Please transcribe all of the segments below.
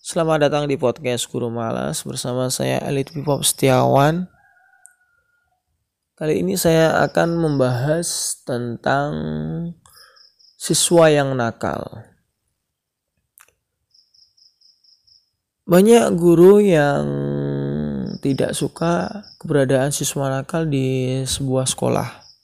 Selamat datang di podcast Guru Malas bersama saya Elit Pipop Setiawan. Kali ini saya akan membahas tentang siswa yang nakal. Banyak guru yang tidak suka keberadaan siswa nakal di sebuah sekolah.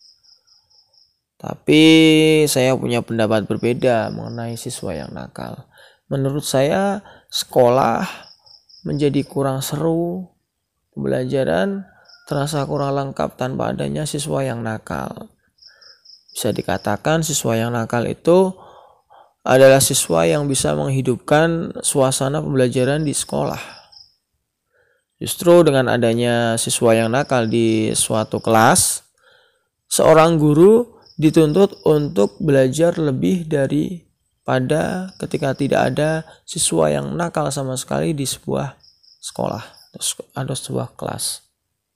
Tapi saya punya pendapat berbeda mengenai siswa yang nakal. Menurut saya, sekolah menjadi kurang seru, pembelajaran terasa kurang lengkap tanpa adanya siswa yang nakal. Bisa dikatakan siswa yang nakal itu adalah siswa yang bisa menghidupkan suasana pembelajaran di sekolah. Justru dengan adanya siswa yang nakal di suatu kelas, seorang guru dituntut untuk belajar lebih daripada ketika tidak ada siswa yang nakal sama sekali di sebuah sekolah atau sebuah kelas.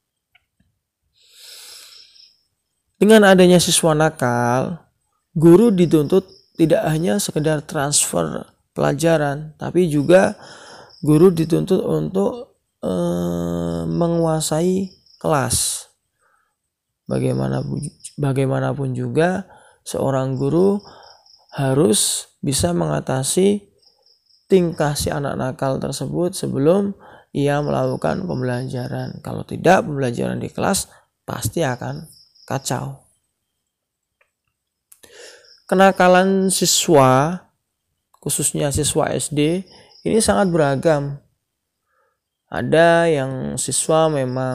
Dengan adanya siswa nakal, guru dituntut tidak hanya sekedar transfer pelajaran, tapi juga guru dituntut untuk menguasai kelas. Bagaimanapun juga seorang guru harus bisa mengatasi tingkah si anak nakal tersebut sebelum ia melakukan pembelajaran. Kalau tidak, pembelajaran di kelas pasti akan kacau. Kenakalan siswa, khususnya siswa SD, ini sangat beragam. Ada yang siswa memang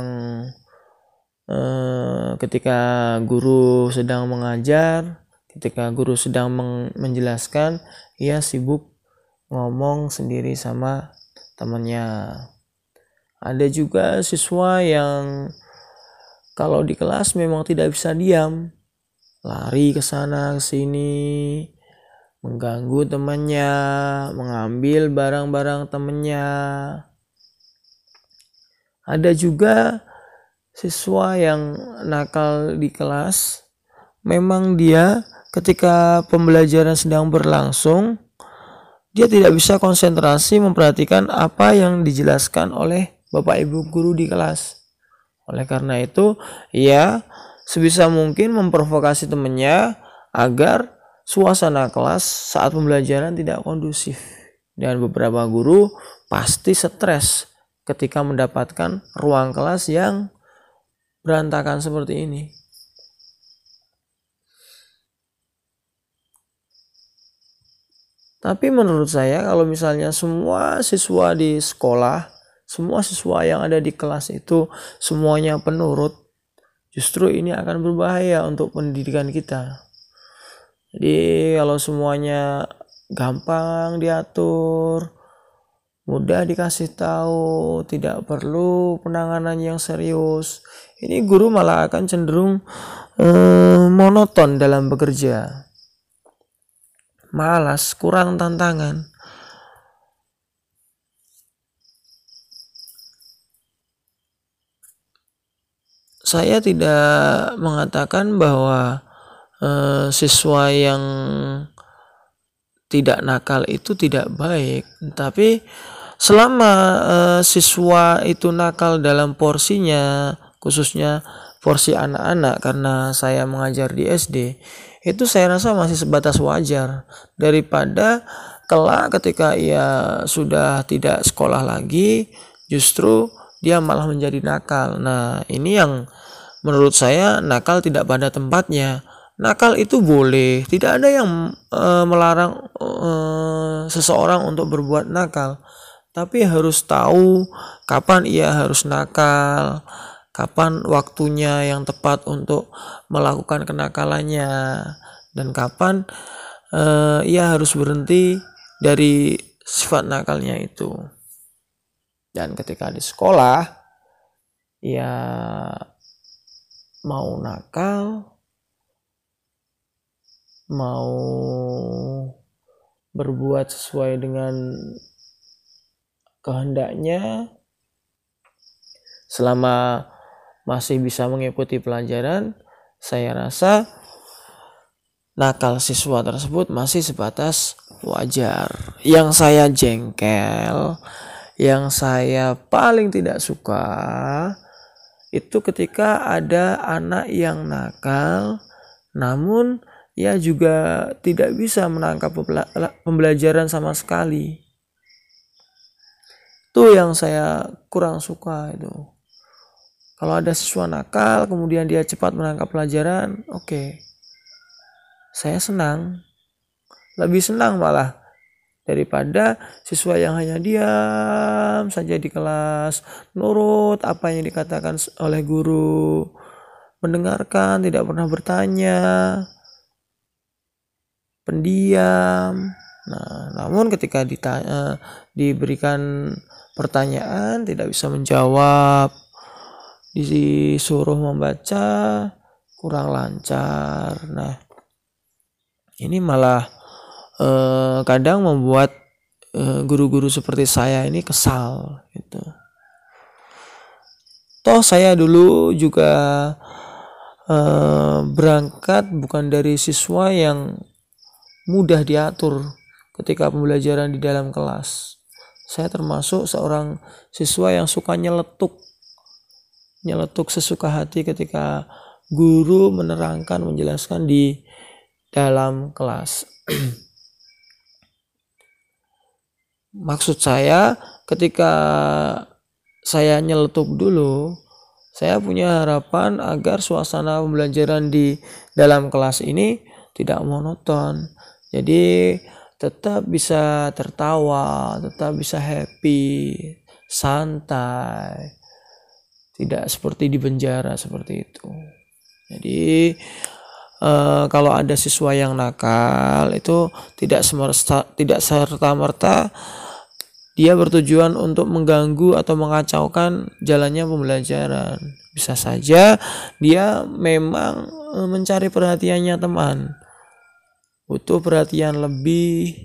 ketika guru sedang mengajar, ketika guru sedang menjelaskan, ia sibuk ngomong sendiri sama temannya. Ada juga siswa yang kalau di kelas memang tidak bisa diam, lari ke sana ke sini, mengganggu temannya, mengambil barang-barang temannya. Ada juga siswa yang nakal di kelas, memang dia ketika pembelajaran sedang berlangsung, dia tidak bisa konsentrasi memperhatikan apa yang dijelaskan oleh Bapak Ibu guru di kelas. Oleh karena itu, ia sebisa mungkin memprovokasi temannya agar suasana kelas saat pembelajaran tidak kondusif. Dan beberapa guru pasti stres ketika mendapatkan ruang kelas yang berantakan seperti ini. Tapi menurut saya kalau misalnya semua siswa di sekolah, semua siswa yang ada di kelas itu semuanya penurut, justru ini akan berbahaya untuk pendidikan kita. Jadi kalau semuanya gampang diatur, mudah dikasih tahu, tidak perlu penanganan yang serius, ini guru malah akan cenderung monoton dalam bekerja, malas, kurang tantangan. Saya tidak mengatakan bahwa siswa yang tidak nakal itu tidak baik, tapi selama siswa itu nakal dalam porsinya, khususnya porsi anak-anak, karena saya mengajar di SD, itu saya rasa masih sebatas wajar, daripada kelak ketika ia sudah tidak sekolah lagi, justru dia malah menjadi nakal. Nah, ini yang menurut saya nakal tidak pada tempatnya. Nakal itu boleh, tidak ada yang melarang seseorang untuk berbuat nakal, tapi harus tahu kapan ia harus nakal, kapan waktunya yang tepat untuk melakukan kenakalannya, dan kapan ia harus berhenti dari sifat nakalnya itu. Dan ketika di sekolah, ia mau nakal, mau berbuat sesuai dengan kehendaknya, selama masih bisa mengikuti pelajaran, saya rasa nakal siswa tersebut masih sebatas wajar. Yang saya jengkel, yang saya paling tidak suka itu ketika ada anak yang nakal namun ia juga tidak bisa menangkap pembelajaran sama sekali. Itu yang saya kurang suka itu. Kalau ada siswa nakal kemudian dia cepat menangkap pelajaran, oke. Saya senang. Lebih senang malah daripada siswa yang hanya diam saja di kelas, nurut apa yang dikatakan oleh guru, mendengarkan, tidak pernah bertanya, pendiam. Nah, namun ketika diberikan pertanyaan tidak bisa menjawab, disuruh membaca kurang lancar. Nah, ini malah kadang membuat guru-guru seperti saya ini kesal gitu. Toh saya dulu juga berangkat bukan dari siswa yang mudah diatur ketika pembelajaran di dalam kelas. Saya termasuk seorang siswa yang suka nyeletuk sesuka hati ketika guru menerangkan, menjelaskan di dalam kelas. Maksud saya ketika saya nyeletuk dulu, saya punya harapan agar suasana pembelajaran di dalam kelas ini tidak monoton. Jadi tetap bisa tertawa, tetap bisa happy, santai. Tidak seperti di penjara seperti itu. Jadi kalau ada siswa yang nakal itu tidak serta-merta dia bertujuan untuk mengganggu atau mengacaukan jalannya pembelajaran. Bisa saja dia memang mencari perhatiannya teman, butuh perhatian lebih,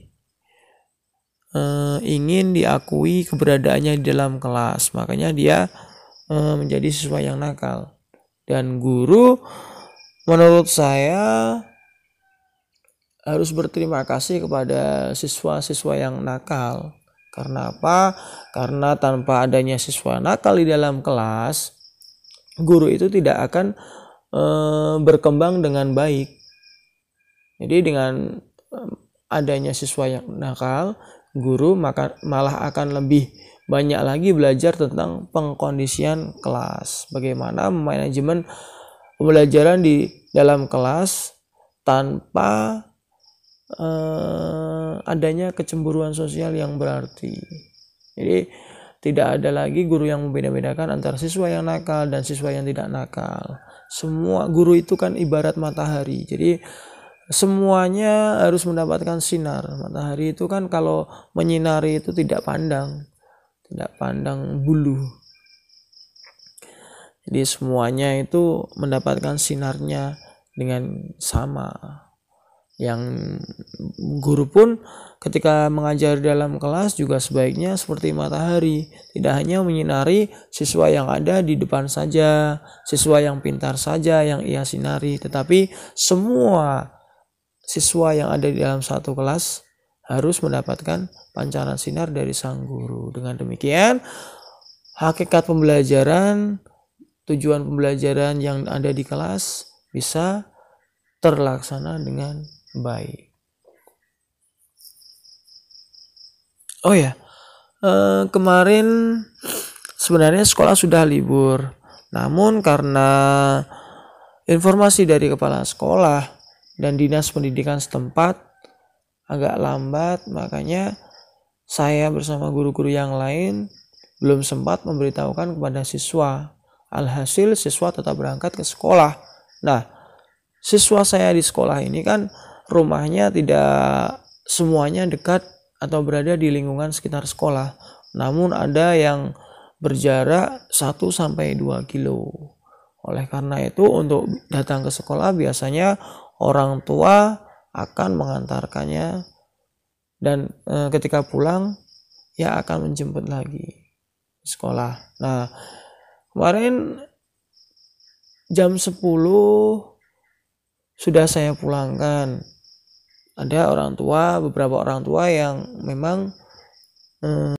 ingin diakui keberadaannya di dalam kelas, makanya dia menjadi siswa yang nakal. Dan guru menurut saya harus berterima kasih kepada siswa-siswa yang nakal. Karena apa? Karena tanpa adanya siswa nakal di dalam kelas, guru itu tidak akan berkembang dengan baik. Jadi dengan adanya siswa yang nakal, guru malah akan lebih banyak lagi belajar tentang pengkondisian kelas. Bagaimana manajemen pembelajaran di dalam kelas tanpa adanya kecemburuan sosial yang berarti. Jadi tidak ada lagi guru yang membeda-bedakan antara siswa yang nakal dan siswa yang tidak nakal. Semua guru itu kan ibarat matahari. Jadi semuanya harus mendapatkan sinar. Matahari itu kan kalau menyinari itu tidak pandang bulu. Jadi semuanya itu mendapatkan sinarnya dengan sama. Yang guru pun ketika mengajar dalam kelas juga sebaiknya seperti matahari, tidak hanya menyinari siswa yang ada di depan saja, siswa yang pintar saja yang ia sinari, tetapi semua siswa yang ada di dalam satu kelas harus mendapatkan pancaran sinar dari sang guru. Dengan demikian, hakikat pembelajaran, tujuan pembelajaran yang ada di kelas bisa terlaksana dengan baik. Oh ya, kemarin sebenarnya sekolah sudah libur, namun karena informasi dari kepala sekolah dan dinas pendidikan setempat agak lambat, makanya saya bersama guru-guru yang lain belum sempat memberitahukan kepada siswa. Alhasil siswa tetap berangkat ke sekolah. Nah, siswa saya di sekolah ini kan rumahnya tidak semuanya dekat atau berada di lingkungan sekitar sekolah. Namun ada yang berjarak 1-2 kilo. Oleh karena itu untuk datang ke sekolah biasanya orang tua akan mengantarkannya dan ketika pulang ya akan menjemput lagi di sekolah. Nah, kemarin jam 10 sudah saya pulangkan. Ada beberapa orang tua yang memang